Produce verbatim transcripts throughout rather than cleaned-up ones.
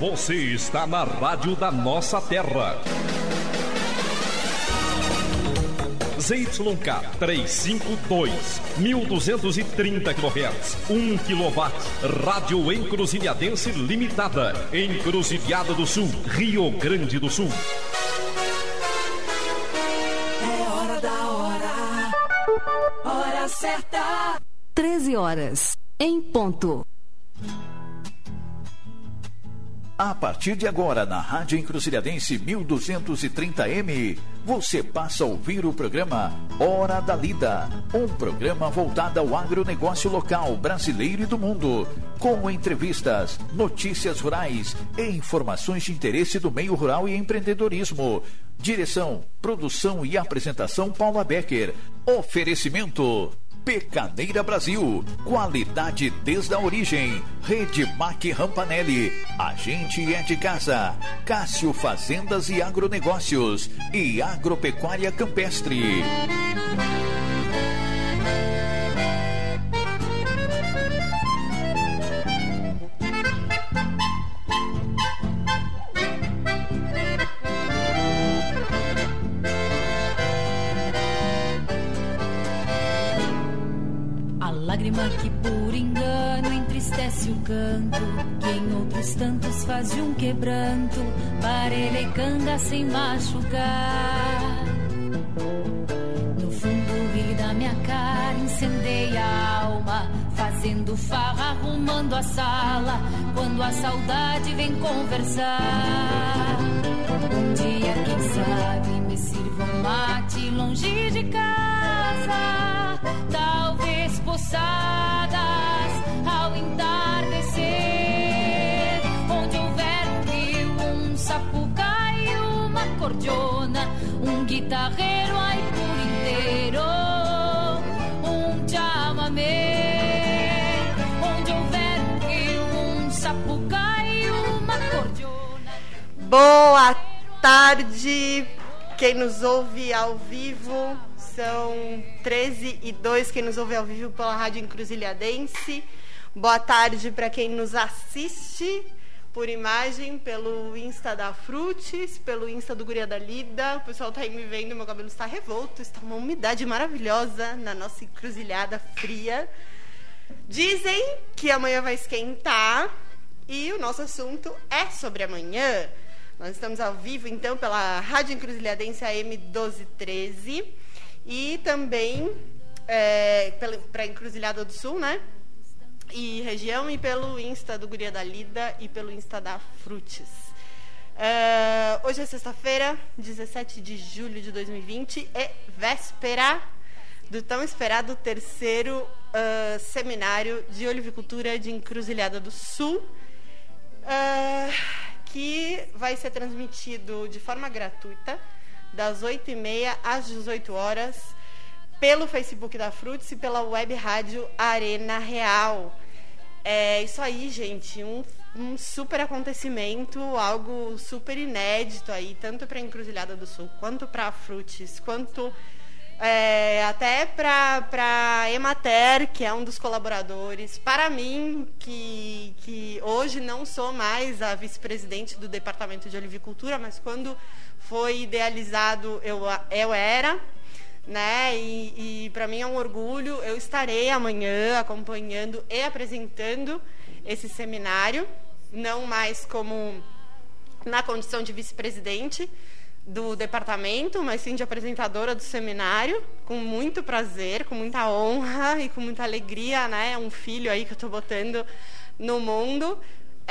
Você está na Rádio da Nossa Terra. Z Y K trezentos e cinquenta e dois, mil duzentos e trinta quilohertz, um quilowatt, Rádio Encruzilhadense Limitada, Encruzilhada do Sul, Rio Grande do Sul. É hora da hora, hora certa. treze horas, em ponto. A partir de agora, na Rádio Encruzilhadense mil duzentos e trinta M, você passa a ouvir o programa Hora da Lida, um programa voltado ao agronegócio local, brasileiro e do mundo, com entrevistas, notícias rurais e informações de interesse do meio rural e empreendedorismo. Direção, produção e apresentação Paula Becker. Oferecimento Pecadeira Brasil, qualidade desde a origem. Rede Mac Rampanelli, a gente é de casa. Cássio Fazendas e Agronegócios e Agropecuária Campestre. Lágrima que por engano entristece o canto, que em outros tantos faz de um quebranto, para ele canga sem machucar. No fundo rir da minha cara incendeia a alma, fazendo farra, arrumando a sala, quando a saudade vem conversar. Um dia, quem sabe, me sirva um mate longe de casa, talvez poçadas ao entardecer, onde houver um rio, um sapucaí e uma cordiona, um guitarreiro aí por inteiro, um chamamé, onde houver um rio, um sapucaí e uma cordiona. Boa tarde, quem nos ouve ao vivo. São treze e dois, quem nos ouve ao vivo pela Rádio Encruzilhadense. Boa tarde para quem nos assiste por imagem, pelo Insta da Frutis, pelo Insta do Guria da Lida. O pessoal está aí me vendo, meu cabelo está revolto, está uma umidade maravilhosa na nossa encruzilhada fria. Dizem que amanhã vai esquentar e o nosso assunto é sobre amanhã. Nós estamos ao vivo, então, pela Rádio Encruzilhadense A M doze treze. E também é, para a Encruzilhada do Sul, né? E região, e pelo Insta do Guria da Lida e pelo Insta da Frutis. Uh, hoje é sexta-feira, dezessete de julho de dois mil e vinte, é véspera do tão esperado terceiro uh, seminário de olivicultura de Encruzilhada do Sul, uh, que vai ser transmitido de forma gratuita das oito e meia às dezoito horas, pelo Facebook da Frutis e pela web rádio Arena Real. É isso aí, gente, um, um super acontecimento, algo super inédito aí, tanto para a Encruzilhada do Sul, quanto para a Frutis, quanto é, até para a Emater, que é um dos colaboradores, para mim, que, que hoje não sou mais a vice-presidente do Departamento de Olivicultura, mas quando foi idealizado, eu, eu era, né? E, e para mim é um orgulho. Eu estarei amanhã acompanhando e apresentando esse seminário, não mais como na condição de vice-presidente do departamento, mas sim de apresentadora do seminário, com muito prazer, com muita honra e com muita alegria, né? É um filho aí que eu estou botando no mundo.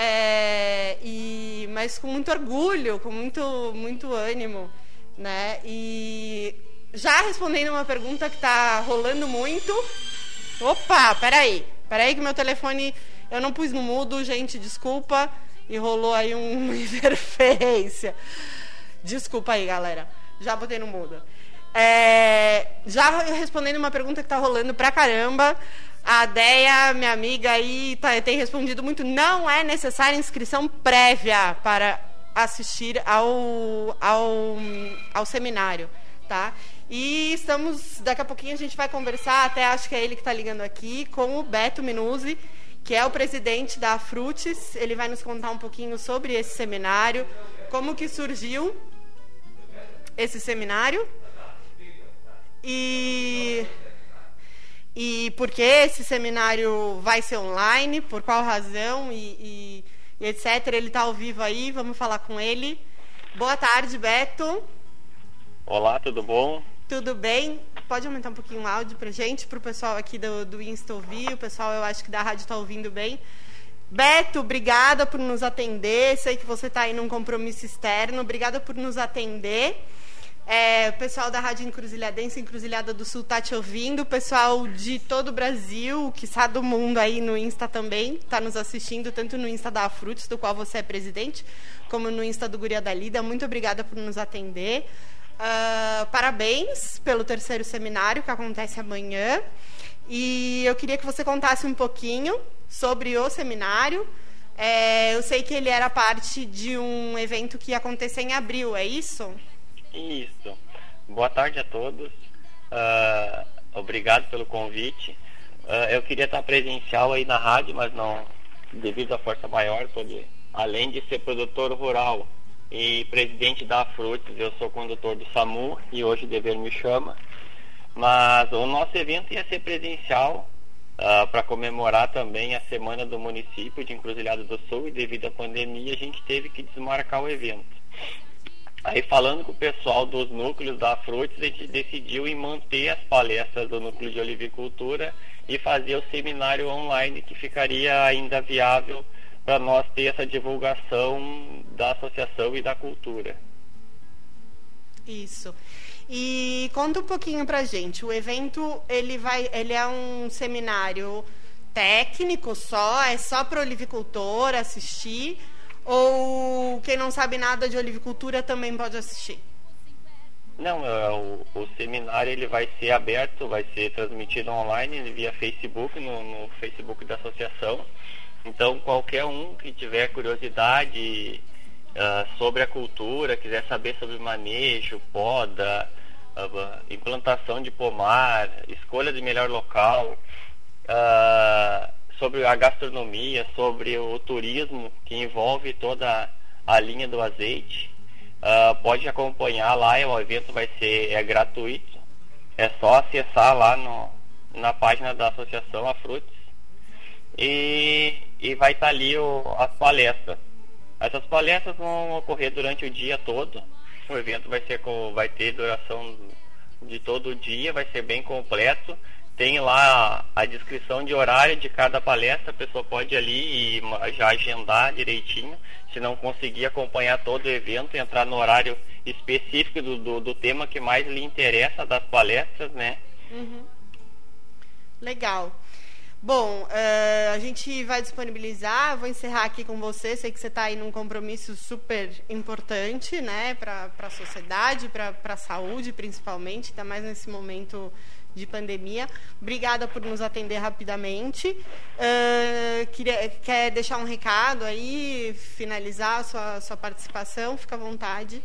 É, e, mas com muito orgulho, com muito, muito ânimo, né? E já respondendo uma pergunta que está rolando muito. Opa, peraí, peraí que meu telefone eu não pus no mudo, gente, desculpa, e rolou aí uma interferência. Desculpa aí, galera, já botei no mudo. É, já respondendo uma pergunta que está rolando pra caramba. A Deia, minha amiga aí, tá, tem respondido muito. Não é necessária inscrição prévia para assistir ao, ao, ao seminário, tá? E estamos, daqui a pouquinho a gente vai conversar, até acho que é ele que está ligando aqui, com o Beto Minuzzi, que é o presidente da Frutis. Ele vai nos contar um pouquinho sobre esse seminário, como que surgiu esse seminário e, e por que esse seminário vai ser online, por qual razão e, e, e etcétera. Ele está ao vivo aí, vamos falar com ele. Boa tarde, Beto. Olá, tudo bom? Tudo bem? Pode aumentar um pouquinho o áudio pra gente, pro pessoal aqui do, do Insta ouvir, o pessoal eu acho que da rádio está ouvindo bem. Beto, obrigada por nos atender, sei que você está aí num compromisso externo, obrigada por nos atender. É, o pessoal da Rádio Encruzilhadense, Encruzilhada do Sul, está te ouvindo, o pessoal de todo o Brasil, quiçá do mundo aí no Insta também, está nos assistindo, tanto no Insta da Frutis, do qual você é presidente, como no Insta do Guria da Lida. Muito obrigada por nos atender. Uh, parabéns pelo terceiro seminário que acontece amanhã, e eu queria que você contasse um pouquinho sobre o seminário. É, eu sei que ele era parte de um evento que ia acontecer em abril, é isso? Isso. Boa tarde a todos. Uh, obrigado pelo convite. Uh, eu queria estar presencial aí na rádio, mas não, devido à força maior, de, além de ser produtor rural e presidente da Frutis, eu sou condutor do SAMU e hoje o dever me chama. Mas o nosso evento ia ser presencial uh, para comemorar também a semana do município de Encruzilhada do Sul, e devido à pandemia a gente teve que desmarcar o evento. Aí, falando com o pessoal dos núcleos da Frutis, a gente decidiu em manter as palestras do núcleo de olivicultura e fazer o seminário online, que ficaria ainda viável para nós ter essa divulgação da associação e da cultura. Isso. E conta um pouquinho pra gente. O evento, ele vai, ele é um seminário técnico só? É só para olivicultor assistir? Ou quem não sabe nada de olivicultura também pode assistir? Não, o, o seminário ele vai ser aberto, vai ser transmitido online via Facebook, no, no Facebook da associação. Então, qualquer um que tiver curiosidade uh, sobre a cultura, quiser saber sobre manejo, poda, uh, implantação de pomar, escolha de melhor local, uh, sobre a gastronomia, sobre o turismo que envolve toda a linha do azeite, uh, pode acompanhar lá. O evento vai ser é gratuito, é só acessar lá no, na página da associação, a Frutis, e, e vai estar ali o, as palestras. Essas palestras vão ocorrer durante o dia todo. O evento vai, ser, vai ter duração de todo o dia, vai ser bem completo. Tem lá a descrição de horário de cada palestra, a pessoa pode ir ali e já agendar direitinho. Se não conseguir acompanhar todo o evento, entrar no horário específico do, do, do tema que mais lhe interessa das palestras, né? Uhum. Legal. Bom, uh, a gente vai disponibilizar, vou encerrar aqui com você, sei que você está aí num compromisso super importante, né, para a sociedade, para a saúde principalmente, ainda mais nesse momento de pandemia. Obrigada por nos atender rapidamente. Uh, queria, quer deixar um recado aí, finalizar a sua, sua participação? Fica à vontade.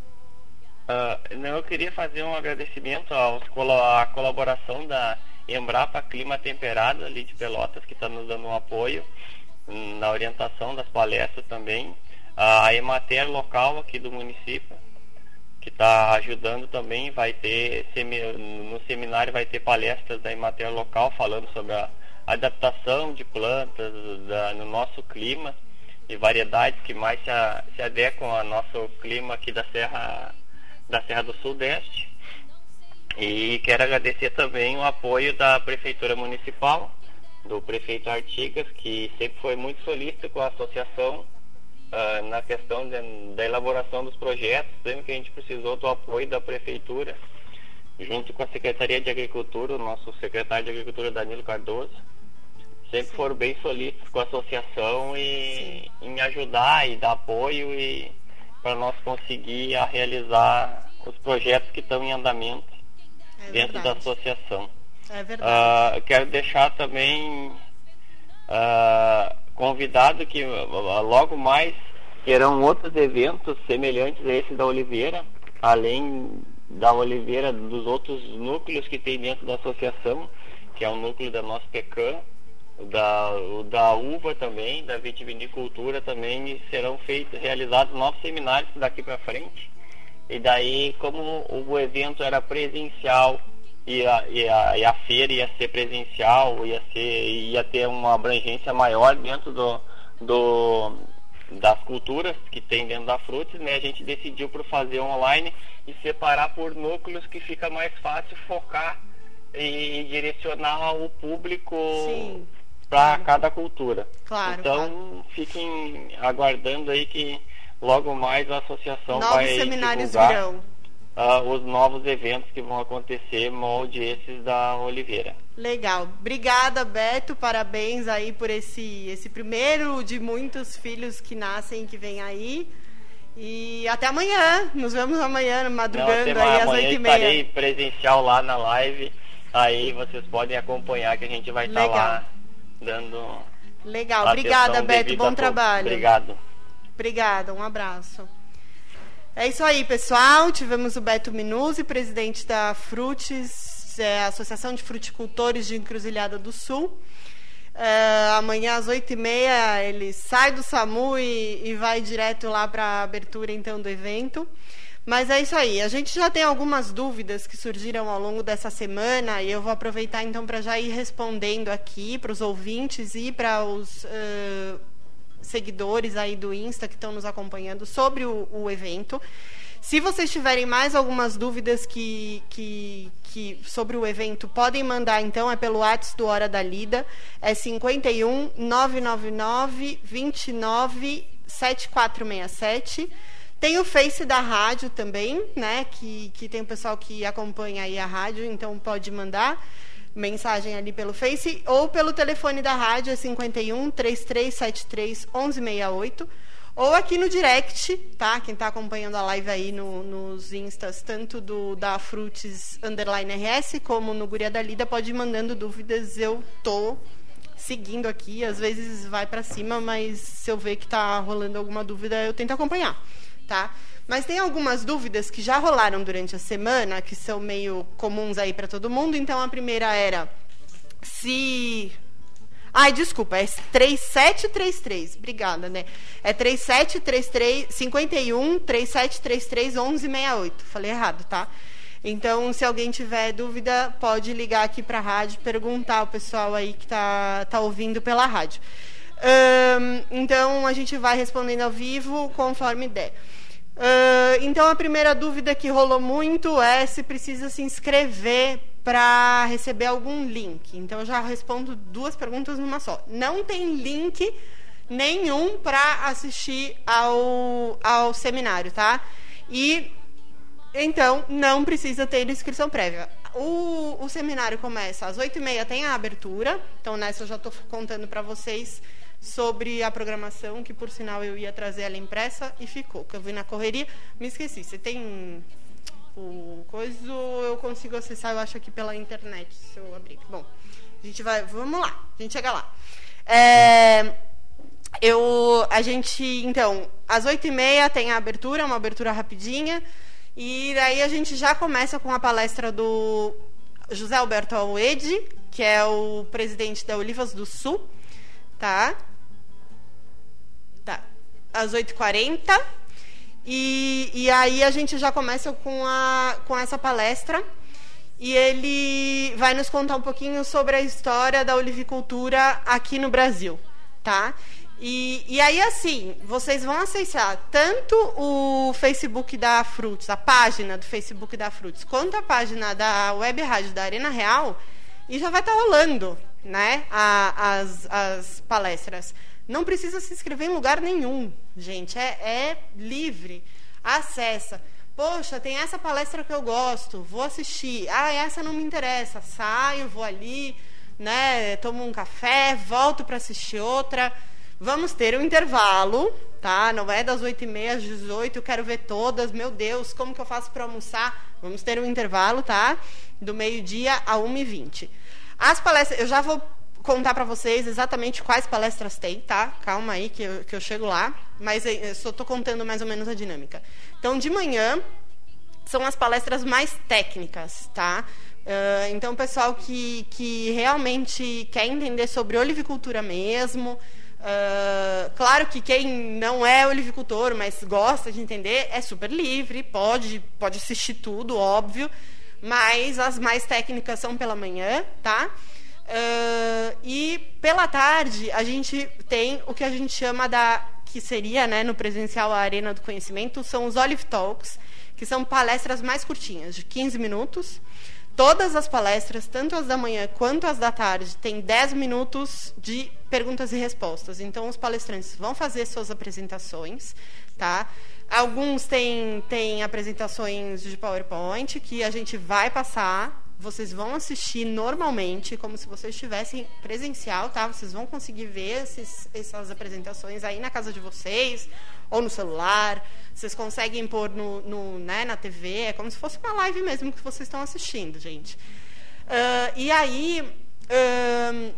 Uh, não, eu queria fazer um agradecimento aos, à colaboração da Embrapa Clima Temperado ali de Pelotas, que está nos dando um apoio na orientação das palestras também. A Emater local aqui do município, que está ajudando também. Vai ter, no seminário vai ter palestras da Emater local falando sobre a adaptação de plantas da, no nosso clima e variedades que mais se, a, se adequam ao nosso clima aqui da Serra, da Serra do Sudeste. E quero agradecer também o apoio da Prefeitura Municipal, do prefeito Artigas, que sempre foi muito solícito com a associação uh, na questão de, da elaboração dos projetos, sempre que a gente precisou do apoio da Prefeitura, junto com a Secretaria de Agricultura, o nosso secretário de Agricultura, Danilo Cardoso, sempre Sim. foram bem solícitos com a associação e em ajudar e dar apoio e para nós conseguir a realizar os projetos que estão em andamento. É dentro verdade. Da associação. É verdade. Uh, quero deixar também uh, convidado que uh, logo mais terão outros eventos semelhantes a esse da Oliveira, além da Oliveira, dos outros núcleos que tem dentro da associação, que é o núcleo da nossa PECAM, da, o da uva também, da vitivinicultura também, serão feitos, realizados novos seminários daqui para frente. E daí, como o evento era presencial e a, e, a, e a feira ia ser presencial, ia, ser, ia ter uma abrangência maior dentro do, do, das culturas que tem dentro da Frutis, né? A gente decidiu por fazer online e separar por núcleos, que fica mais fácil focar e direcionar o público para claro. cada cultura. Claro, então, claro. fiquem aguardando aí que logo mais a associação novos vai seminários divulgar virão. Uh, os novos eventos que vão acontecer, molde esses da Oliveira. Legal. Obrigada, Beto. Parabéns aí por esse, esse primeiro de muitos filhos que nascem, que vem aí. E até amanhã. Nos vemos amanhã, madrugando. Não, aí às oito e meia. Estarei presencial lá na live. Aí vocês podem acompanhar, que a gente vai estar lá dando... Legal. Obrigada, Beto. Bom trabalho. Obrigado. Obrigada. Um abraço. É isso aí, pessoal. Tivemos o Beto Minuzzi, presidente da Frutis, é, Associação de Fruticultores de Encruzilhada do Sul. É, amanhã às oito e meia ele sai do SAMU e, e vai direto lá para a abertura então do evento. Mas é isso aí. A gente já tem algumas dúvidas que surgiram ao longo dessa semana e eu vou aproveitar então para já ir respondendo aqui para os ouvintes e para os uh, seguidores aí do Insta que estão nos acompanhando sobre o, o evento. Se vocês tiverem mais algumas dúvidas que, que, que sobre o evento, podem mandar, então, é pelo WhatsApp do Hora da Lida, é cinco um, nove nove nove, dois nove, sete quatro seis sete. Tem o Face da rádio também, né, que, que tem o pessoal que acompanha aí a rádio, então pode mandar mensagem ali pelo Face, ou pelo telefone da rádio, é cinco um, três três sete três, um um seis oito, ou aqui no direct, tá? Quem está acompanhando a live aí no, nos instas, tanto do da Frutis underline R S, como no Guria da Lida, pode ir mandando dúvidas, eu tô seguindo aqui, às vezes vai para cima, mas se eu ver que está rolando alguma dúvida, eu tento acompanhar, tá? Mas tem algumas dúvidas que já rolaram durante a semana, que são meio comuns aí para todo mundo. Então, a primeira era se... Ai, desculpa, é três sete três três. Obrigada, né? É três sete três três, cinco um, três sete três três, um um seis oito. Falei errado, tá? Então, se alguém tiver dúvida, pode ligar aqui para a rádio, perguntar ao pessoal aí que tá, tá ouvindo pela rádio. Um, então, a gente vai respondendo ao vivo conforme der. Uh, então, a primeira dúvida que rolou muito é se precisa se inscrever para receber algum link. Então, eu já respondo duas perguntas numa só. Não tem link nenhum para assistir ao, ao seminário, tá? E, então, não precisa ter inscrição prévia. O, o seminário começa às oito e meia, tem a abertura. Então, nessa eu já estou contando para vocês sobre a programação, que por sinal eu ia trazer ela impressa e ficou, que eu vi na correria, me esqueci. Você tem o coisa, eu consigo acessar, eu acho, aqui pela internet, se eu abrir. Bom, a gente vai, vamos lá, a gente chega lá. É, eu, a gente, então, às oito e meia tem a abertura, uma abertura rapidinha, e daí a gente já começa com a palestra do José Alberto Alwedi, que é o presidente da Olivas do Sul, tá? Tá. Às oito e quarenta. E, e aí a gente já começa com, a, com essa palestra. E ele vai nos contar um pouquinho sobre a história da olivicultura aqui no Brasil, tá? E, e aí, assim, vocês vão acessar tanto o Facebook da Frutis, a página do Facebook da Frutis, quanto a página da Web Rádio da Arena Real, e já vai estar rolando, né, a, as, as palestras. Não precisa se inscrever em lugar nenhum, gente, é, é livre, acessa. Poxa, tem essa palestra que eu gosto, vou assistir. Ah, essa não me interessa, saio, vou ali, né, tomo um café, volto para assistir outra. Vamos ter um intervalo, tá? Não é das oito e meia às dezoito, eu quero ver todas, meu Deus, como que eu faço para almoçar? Vamos ter um intervalo, tá? Do meio-dia a uma e vinte. As palestras, eu já vou contar para vocês exatamente quais palestras tem, tá? Calma aí que eu, que eu chego lá, mas eu só estou contando mais ou menos a dinâmica. Então, de manhã, são as palestras mais técnicas, tá? Uh, então, pessoal que, que realmente quer entender sobre olivicultura mesmo, uh, claro que quem não é olivicultor, mas gosta de entender, é super livre, pode, pode assistir tudo, óbvio, mas as mais técnicas são pela manhã, tá? Uh, e pela tarde a gente tem o que a gente chama da, que seria, né, no presencial a Arena do Conhecimento, são os Olive Talks, que são palestras mais curtinhas, de quinze minutos. Todas as palestras, tanto as da manhã quanto as da tarde, têm dez minutos de perguntas e respostas. Então, os palestrantes vão fazer suas apresentações, tá? Alguns têm, têm apresentações de PowerPoint, que a gente vai passar, vocês vão assistir normalmente, como se vocês estivessem presencial, tá? Vocês vão conseguir ver esses, essas apresentações aí na casa de vocês, ou no celular. Vocês conseguem pôr no, no, né, na T V, é como se fosse uma live mesmo que vocês estão assistindo, gente. Uh, e aí, uh,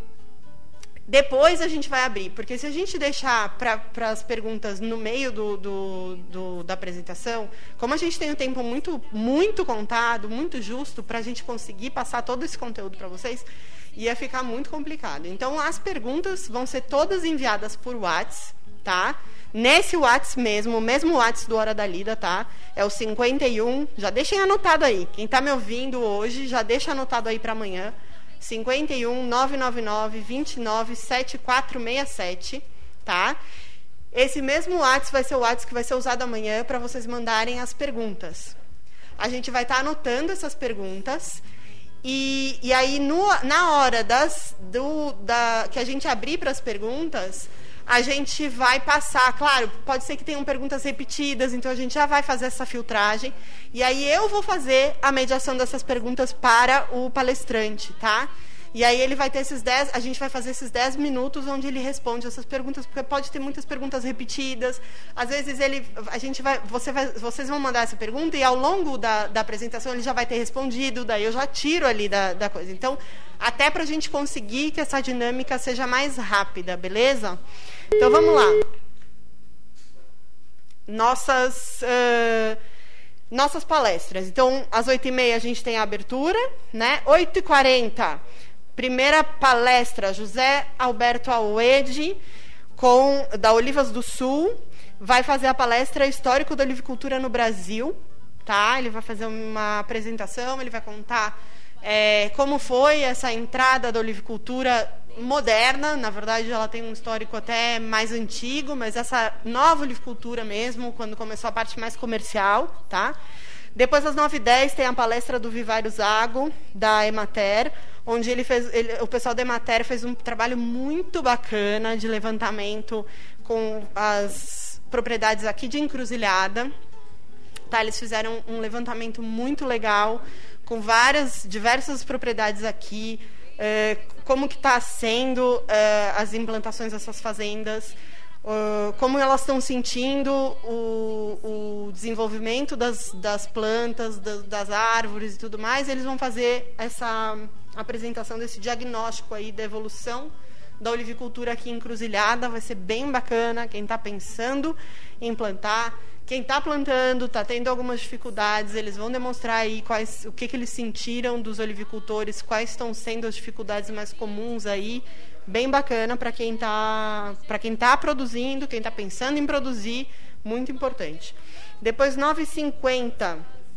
depois a gente vai abrir, porque se a gente deixar para as perguntas no meio do, do, do, da apresentação, como a gente tem um tempo muito, muito contado, muito justo, para a gente conseguir passar todo esse conteúdo para vocês, ia ficar muito complicado. Então, as perguntas vão ser todas enviadas por WhatsApp, tá? Nesse WhatsApp mesmo, o mesmo WhatsApp do Hora da Lida, tá? É o cinquenta e um, já deixem anotado aí. Quem está me ouvindo hoje, já deixa anotado aí para amanhã. cinquenta e um, nove nove nove, vinte e nove, setenta e quatro sessenta e sete, tá? Esse mesmo WhatsApp vai ser o WhatsApp que vai ser usado amanhã para vocês mandarem as perguntas. A gente vai estar tá anotando essas perguntas e, e aí, no, na hora das, do, da, que a gente abrir para as perguntas, a gente vai passar, claro, pode ser que tenham perguntas repetidas, então a gente já vai fazer essa filtragem, e aí eu vou fazer a mediação dessas perguntas para o palestrante, tá? E aí ele vai ter esses dez, a gente vai fazer esses dez minutos onde ele responde essas perguntas, porque pode ter muitas perguntas repetidas, às vezes ele, a gente vai, você vai, vocês vão mandar essa pergunta e ao longo da, da apresentação ele já vai ter respondido, daí eu já tiro ali da, da coisa. Então, até para a gente conseguir que essa dinâmica seja mais rápida, beleza? Então, vamos lá. Nossas, uh, nossas palestras. Então, às oito e meia a gente tem a abertura, né? oito e quarenta, primeira palestra, José Alberto Auede, com, da Olivas do Sul, vai fazer a palestra Histórico da Olivicultura no Brasil, tá? Ele vai fazer uma apresentação, ele vai contar é, como foi essa entrada da olivicultura moderna. Na verdade, ela tem um histórico até mais antigo, mas essa nova olivicultura mesmo, quando começou a parte mais comercial, tá? Depois, às nove e dez, tem a palestra do Vivário Zago, da Emater, onde ele fez, ele, o pessoal da Emater fez um trabalho muito bacana de levantamento com as propriedades aqui de Encruzilhada. Tá? Eles fizeram um levantamento muito legal, com várias, diversas propriedades aqui, eh, como que está sendo eh, as implantações dessas fazendas, uh, como elas estão sentindo o, o desenvolvimento das, das plantas, das, das árvores e tudo mais. Eles vão fazer essa apresentação desse diagnóstico aí da evolução da olivicultura aqui em Encruzilhada. Vai ser bem bacana. Quem está pensando em plantar, quem está plantando, está tendo algumas dificuldades, eles vão demonstrar aí quais, o que, que eles sentiram dos olivicultores, quais estão sendo as dificuldades mais comuns aí. Bem bacana para quem está para quem tá produzindo, quem está pensando em produzir, muito importante. Depois, nove e cinquenta,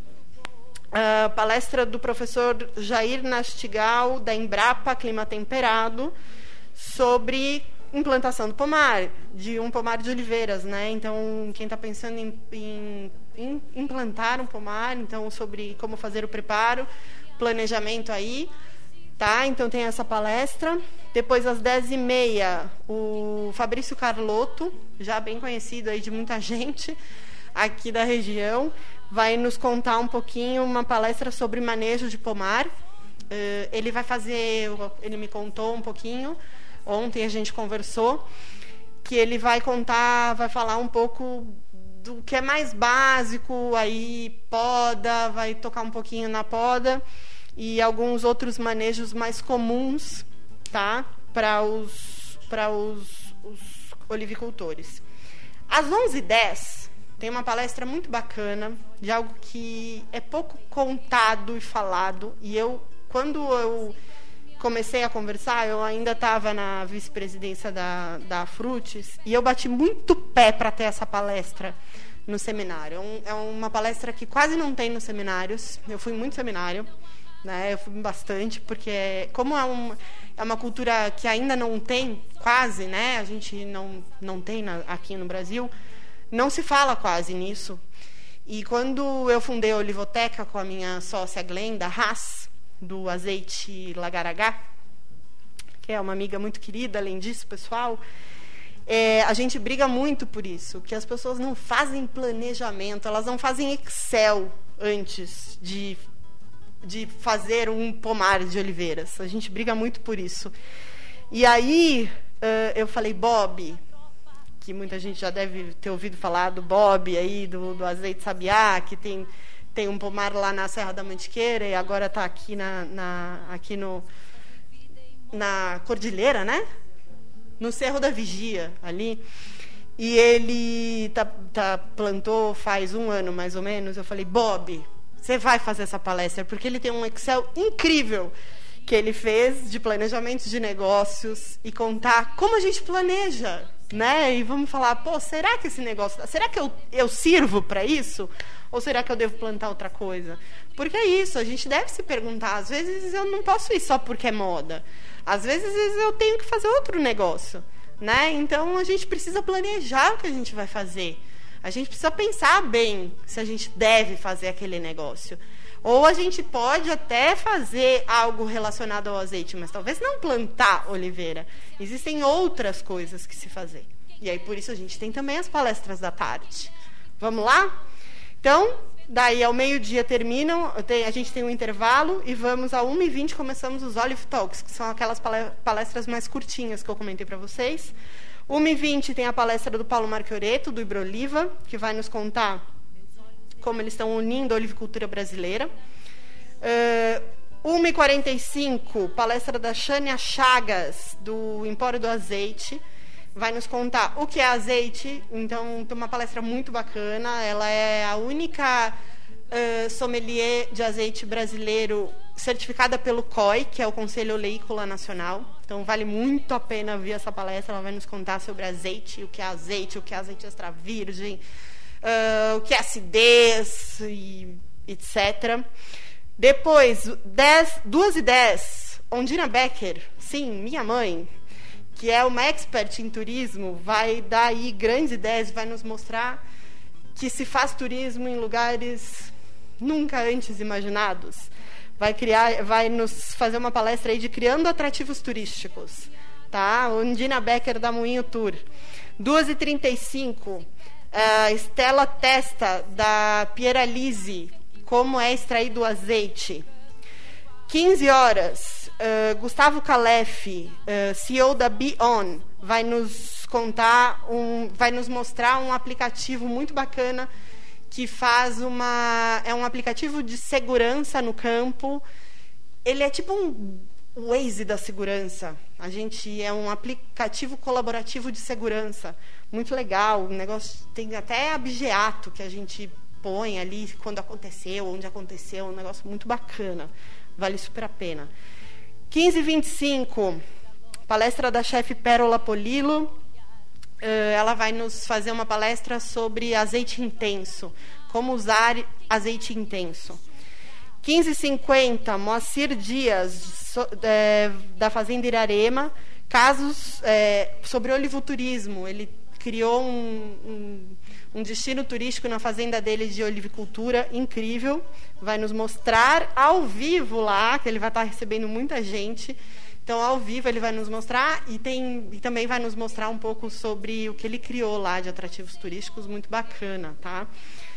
a palestra do professor Jair Nastigal, da Embrapa Clima Temperado, sobre implantação do pomar, de um pomar de oliveiras, né? Então, quem está pensando em, em, em implantar um pomar, então, sobre como fazer o preparo, planejamento aí, tá? Então, tem essa palestra. Depois, às dez e meia, o Fabrício Carlotto, já bem conhecido aí de muita gente aqui da região, vai nos contar um pouquinho, uma palestra sobre manejo de pomar. Uh, ele vai fazer, ele me contou um pouquinho, ontem a gente conversou, que ele vai contar, vai falar um pouco do que é mais básico, aí poda, vai tocar um pouquinho na poda e alguns outros manejos mais comuns, tá? Para os, para os, os olivicultores. Às onze e dez, tem uma palestra muito bacana de algo que é pouco contado e falado, e eu, quando eu comecei a conversar, eu ainda estava na vice-presidência da, da Frutis, e eu bati muito pé para ter essa palestra no seminário. É, um, é uma palestra que quase não tem nos seminários. Eu fui muito seminário, né? Eu fui bastante, porque como é, um, é uma cultura que ainda não tem, quase, né? A gente não, não tem na, aqui no Brasil, não se fala quase nisso. E quando eu fundei a Olivoteca com a minha sócia Glenda Haas, do azeite Lagaragá, que é uma amiga muito querida, além disso, pessoal, é, a gente briga muito por isso, que as pessoas não fazem planejamento, elas não fazem Excel antes de, de fazer um pomar de oliveiras. A gente briga muito por isso. E aí uh, eu falei, Bob, que muita gente já deve ter ouvido falar do Bob aí, do, do azeite Sabiá, que tem, tem um pomar lá na Serra da Mantiqueira e agora está aqui, na, na, aqui no, na Cordilheira, né? No Cerro da Vigia, ali. E ele tá, tá, plantou faz um ano, mais ou menos. Eu falei, Bob, você vai fazer essa palestra, porque ele tem um Excel incrível que ele fez de planejamento de negócios e contar como a gente planeja, né? E vamos falar, pô, será que esse negócio... Será que eu, eu sirvo para isso? Ou será que eu devo plantar outra coisa? Porque é isso, a gente deve se perguntar. Às vezes eu não posso ir só porque é moda. Às vezes eu tenho que fazer outro negócio, né? Então a gente precisa planejar o que a gente vai fazer. A gente precisa pensar bem se a gente deve fazer aquele negócio. Ou a gente pode até fazer algo relacionado ao azeite, mas talvez não plantar oliveira. Existem outras coisas que se fazer. E aí, por isso, a gente tem também as palestras da tarde. Vamos lá? Então, daí ao meio-dia terminam, a gente tem um intervalo e vamos a uma e vinte começamos os Olive Talks, que são aquelas palestras mais curtinhas que eu comentei para vocês. uma e vinte tem a palestra do Paulo Marchioretto, do Ibroliva, que vai nos contar como eles estão unindo a olivicultura brasileira. Uh, uma e quarenta e cinco, palestra da Xânia Chagas, do Empório do Azeite, vai nos contar o que é azeite. Então, tem uma palestra muito bacana. Ela é a única uh, sommelier de azeite brasileiro certificada pelo C O I, que é o Conselho Oleícola Nacional. Então, vale muito a pena ver essa palestra. Ela vai nos contar sobre azeite, o que é azeite, o que é azeite extra virgem, Uh, o que é acidez, e etcétera. Depois, duas e dez, Ondina Becker, sim, minha mãe, que é uma expert em turismo, vai dar aí grandes ideias, vai nos mostrar que se faz turismo em lugares nunca antes imaginados. Vai, criar, vai nos fazer uma palestra aí de criando atrativos turísticos. Tá? Ondina Becker da Moinho Tour. duas e trinta e cinco, Uh, Estela Testa, da Pieralise, como é extraído o azeite. quinze horas, uh, Gustavo Calef, uh, C E O da Be-On, vai nos contar, um, vai nos mostrar um aplicativo muito bacana que faz uma... É um aplicativo de segurança no campo. Ele é tipo um Waze da segurança. A gente é um aplicativo colaborativo de segurança. Muito legal, o negócio tem até abjeato que a gente põe ali quando aconteceu, onde aconteceu, um negócio muito bacana, vale super a pena. quinze e vinte e cinco, palestra da chefe Pérola Polilo, ela vai nos fazer uma palestra sobre azeite intenso, como usar azeite intenso. quinze e cinquenta, Moacir Dias, da Fazenda Irarema, casos é, sobre olivoturismo. Ele criou um, um, um destino turístico na fazenda dele de olivicultura incrível. Vai nos mostrar ao vivo lá, que ele vai estar recebendo muita gente. Então, ao vivo, ele vai nos mostrar e, tem, e também vai nos mostrar um pouco sobre o que ele criou lá de atrativos turísticos, muito bacana, tá?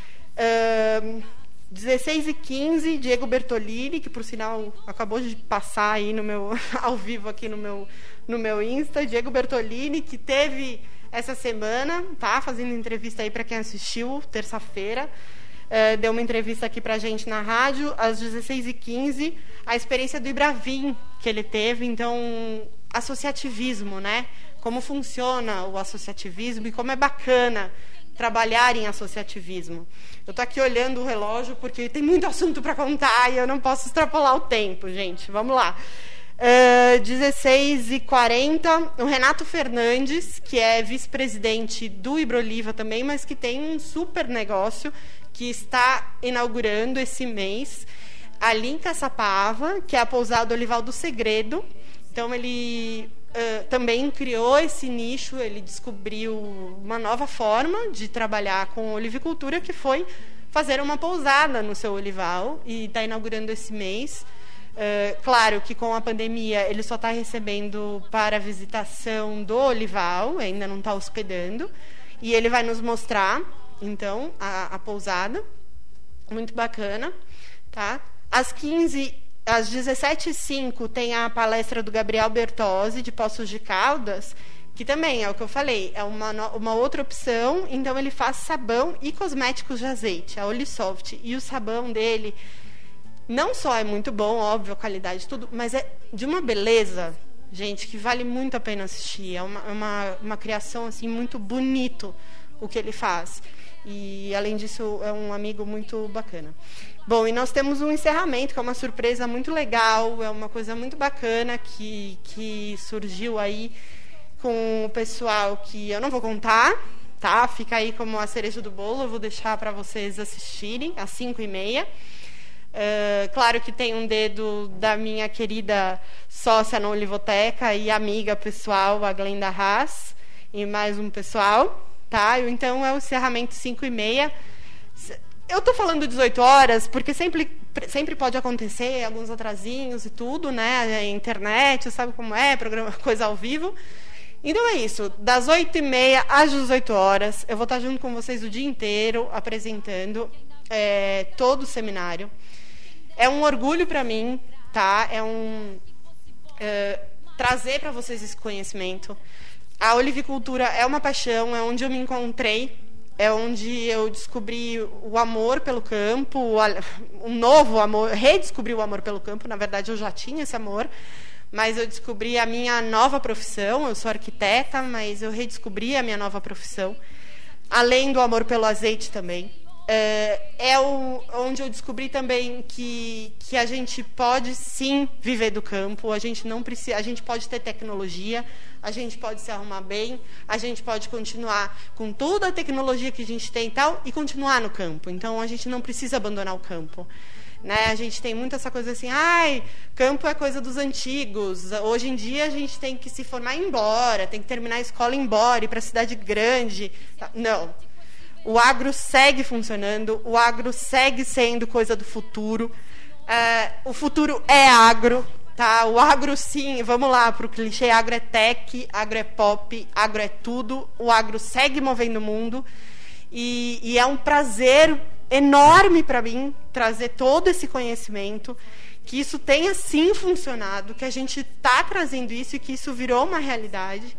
Um, dezesseis e quinze, Diego Bertolini, que, por sinal, acabou de passar aí no meu, ao vivo aqui no meu, no meu Insta. Diego Bertolini, que teve essa semana, tá? Fazendo entrevista aí para quem assistiu, terça-feira. Uh, deu uma entrevista aqui para a gente na rádio, às dezesseis e quinze, a experiência do Ibravin que ele teve. Então, associativismo, né? Como funciona o associativismo e como é bacana trabalhar em associativismo. Eu estou aqui olhando o relógio porque tem muito assunto para contar e eu não posso extrapolar o tempo, gente. Vamos lá. Uh, dezesseis e quarenta, o Renato Fernandes, que é vice-presidente do Ibroliva também, mas que tem um super negócio que está inaugurando esse mês, a Linca Sapava, que é a pousada Olival do Segredo. Então, ele uh, também criou esse nicho, ele descobriu uma nova forma de trabalhar com olivicultura, que foi fazer uma pousada no seu olival, e está inaugurando esse mês. Uh, claro que com a pandemia ele só está recebendo para a visitação do olival, ainda não está hospedando, e ele vai nos mostrar, então, a, a pousada. Muito bacana, tá? Às quinze, às dezessete e cinco tem a palestra do Gabriel Bertozzi, de Poços de Caldas, que também é o que eu falei, é uma, uma outra opção. Então ele faz sabão e cosméticos de azeite, a Olisoft, e o sabão dele não só é muito bom, óbvio, a qualidade, tudo, mas é de uma beleza, gente, que vale muito a pena assistir. É uma, uma, uma criação assim, muito bonito o que ele faz. E, além disso, é um amigo muito bacana. Bom, e nós temos um encerramento, que é uma surpresa muito legal, é uma coisa muito bacana que, que surgiu aí com o pessoal, que eu não vou contar, tá? Fica aí como a cereja do bolo, eu vou deixar para vocês assistirem às cinco e meia. Uh, claro que tem um dedo da minha querida sócia na Olivoteca e amiga pessoal, a Glenda Haas, e mais um pessoal, tá? Então é o encerramento cinco e meia. Eu estou falando dezoito horas porque sempre, sempre pode acontecer alguns atrasinhos e tudo, né? A internet, sabe como é, programa, coisa ao vivo. Então é isso, das oito e meia às dezoito horas, eu vou estar junto com vocês o dia inteiro apresentando é, todo o seminário. É um orgulho para mim, tá? É um é, trazer para vocês esse conhecimento. A olivicultura é uma paixão, é onde eu me encontrei, é onde eu descobri o amor pelo campo, um novo amor, redescobri o amor pelo campo. Na verdade, eu já tinha esse amor, mas eu descobri a minha nova profissão. Eu sou arquiteta, mas eu redescobri a minha nova profissão, além do amor pelo azeite também. É o, onde eu descobri também que, que a gente pode sim viver do campo, a gente não precisa, a gente pode ter tecnologia, a gente pode se arrumar bem, a gente pode continuar com toda a tecnologia que a gente tem e tal, e continuar no campo. Então a gente não precisa abandonar o campo, né? A gente tem muito essa coisa assim, ai, campo é coisa dos antigos, hoje em dia a gente tem que se formar e ir embora, tem que terminar a escola e ir embora, ir para a cidade grande. Não. O agro segue funcionando, o agro segue sendo coisa do futuro. É, o futuro é agro, tá? O agro, sim, vamos lá para o clichê, agro é tech, agro é pop, agro é tudo. O agro segue movendo o mundo. E, e é um prazer enorme para mim trazer todo esse conhecimento, que isso tenha, sim, funcionado, que a gente está trazendo isso e que isso virou uma realidade.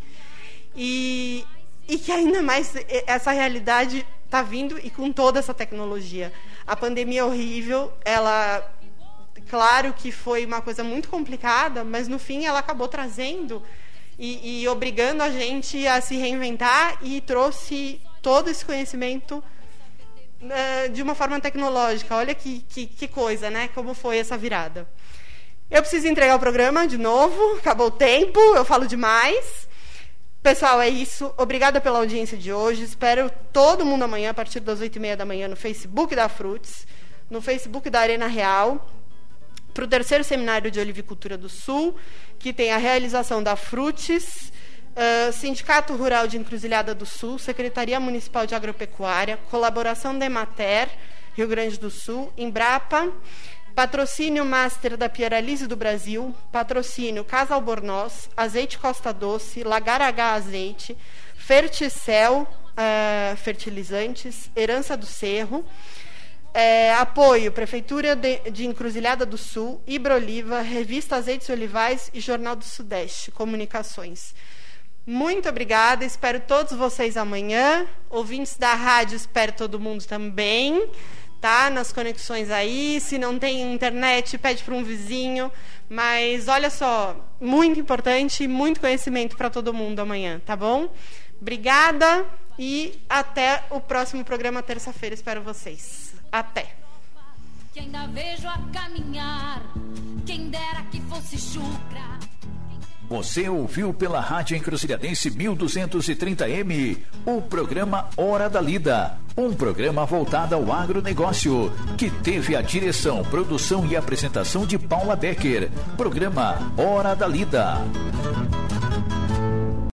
E... E que ainda mais essa realidade está vindo, e com toda essa tecnologia. A pandemia é horrível, ela, claro que foi uma coisa muito complicada, mas no fim ela acabou trazendo e, e obrigando a gente a se reinventar, e trouxe todo esse conhecimento uh, de uma forma tecnológica. Olha que, que, que coisa, né? Como foi essa virada. Eu preciso entregar o programa de novo, acabou o tempo, eu falo demais. Pessoal, é isso. Obrigada pela audiência de hoje. Espero todo mundo amanhã, a partir das oito e meia da manhã, no Facebook da Fruits, no Facebook da Arena Real, para o terceiro Seminário de Olivicultura do Sul, que tem a realização da Fruits, uh, Sindicato Rural de Encruzilhada do Sul, Secretaria Municipal de Agropecuária, colaboração da Emater, Rio Grande do Sul, Embrapa, patrocínio Master da Pieralise do Brasil, patrocínio Casa Albornoz, Azeite Costa Doce, Lagar H Azeite, Ferticel, uh, Fertilizantes, Herança do Cerro, é, apoio Prefeitura de, de Encruzilhada do Sul, Ibroliva, Revista Azeites e Olivais e Jornal do Sudeste, Comunicações. Muito obrigada, espero todos vocês amanhã. Ouvintes da rádio, espero todo mundo também, tá? Nas conexões aí. Se não tem internet, pede para um vizinho. Mas olha só, muito importante, muito conhecimento para todo mundo amanhã, tá bom? Obrigada e até o próximo programa terça-feira. Espero vocês. Até. Que ainda vejo a caminhar, quem dera que fosse chucra. Você ouviu pela Rádio Encruzilhadense mil duzentos e trinta M o programa Hora da Lida, um programa voltado ao agronegócio, que teve a direção, produção e apresentação de Paula Becker. Programa Hora da Lida.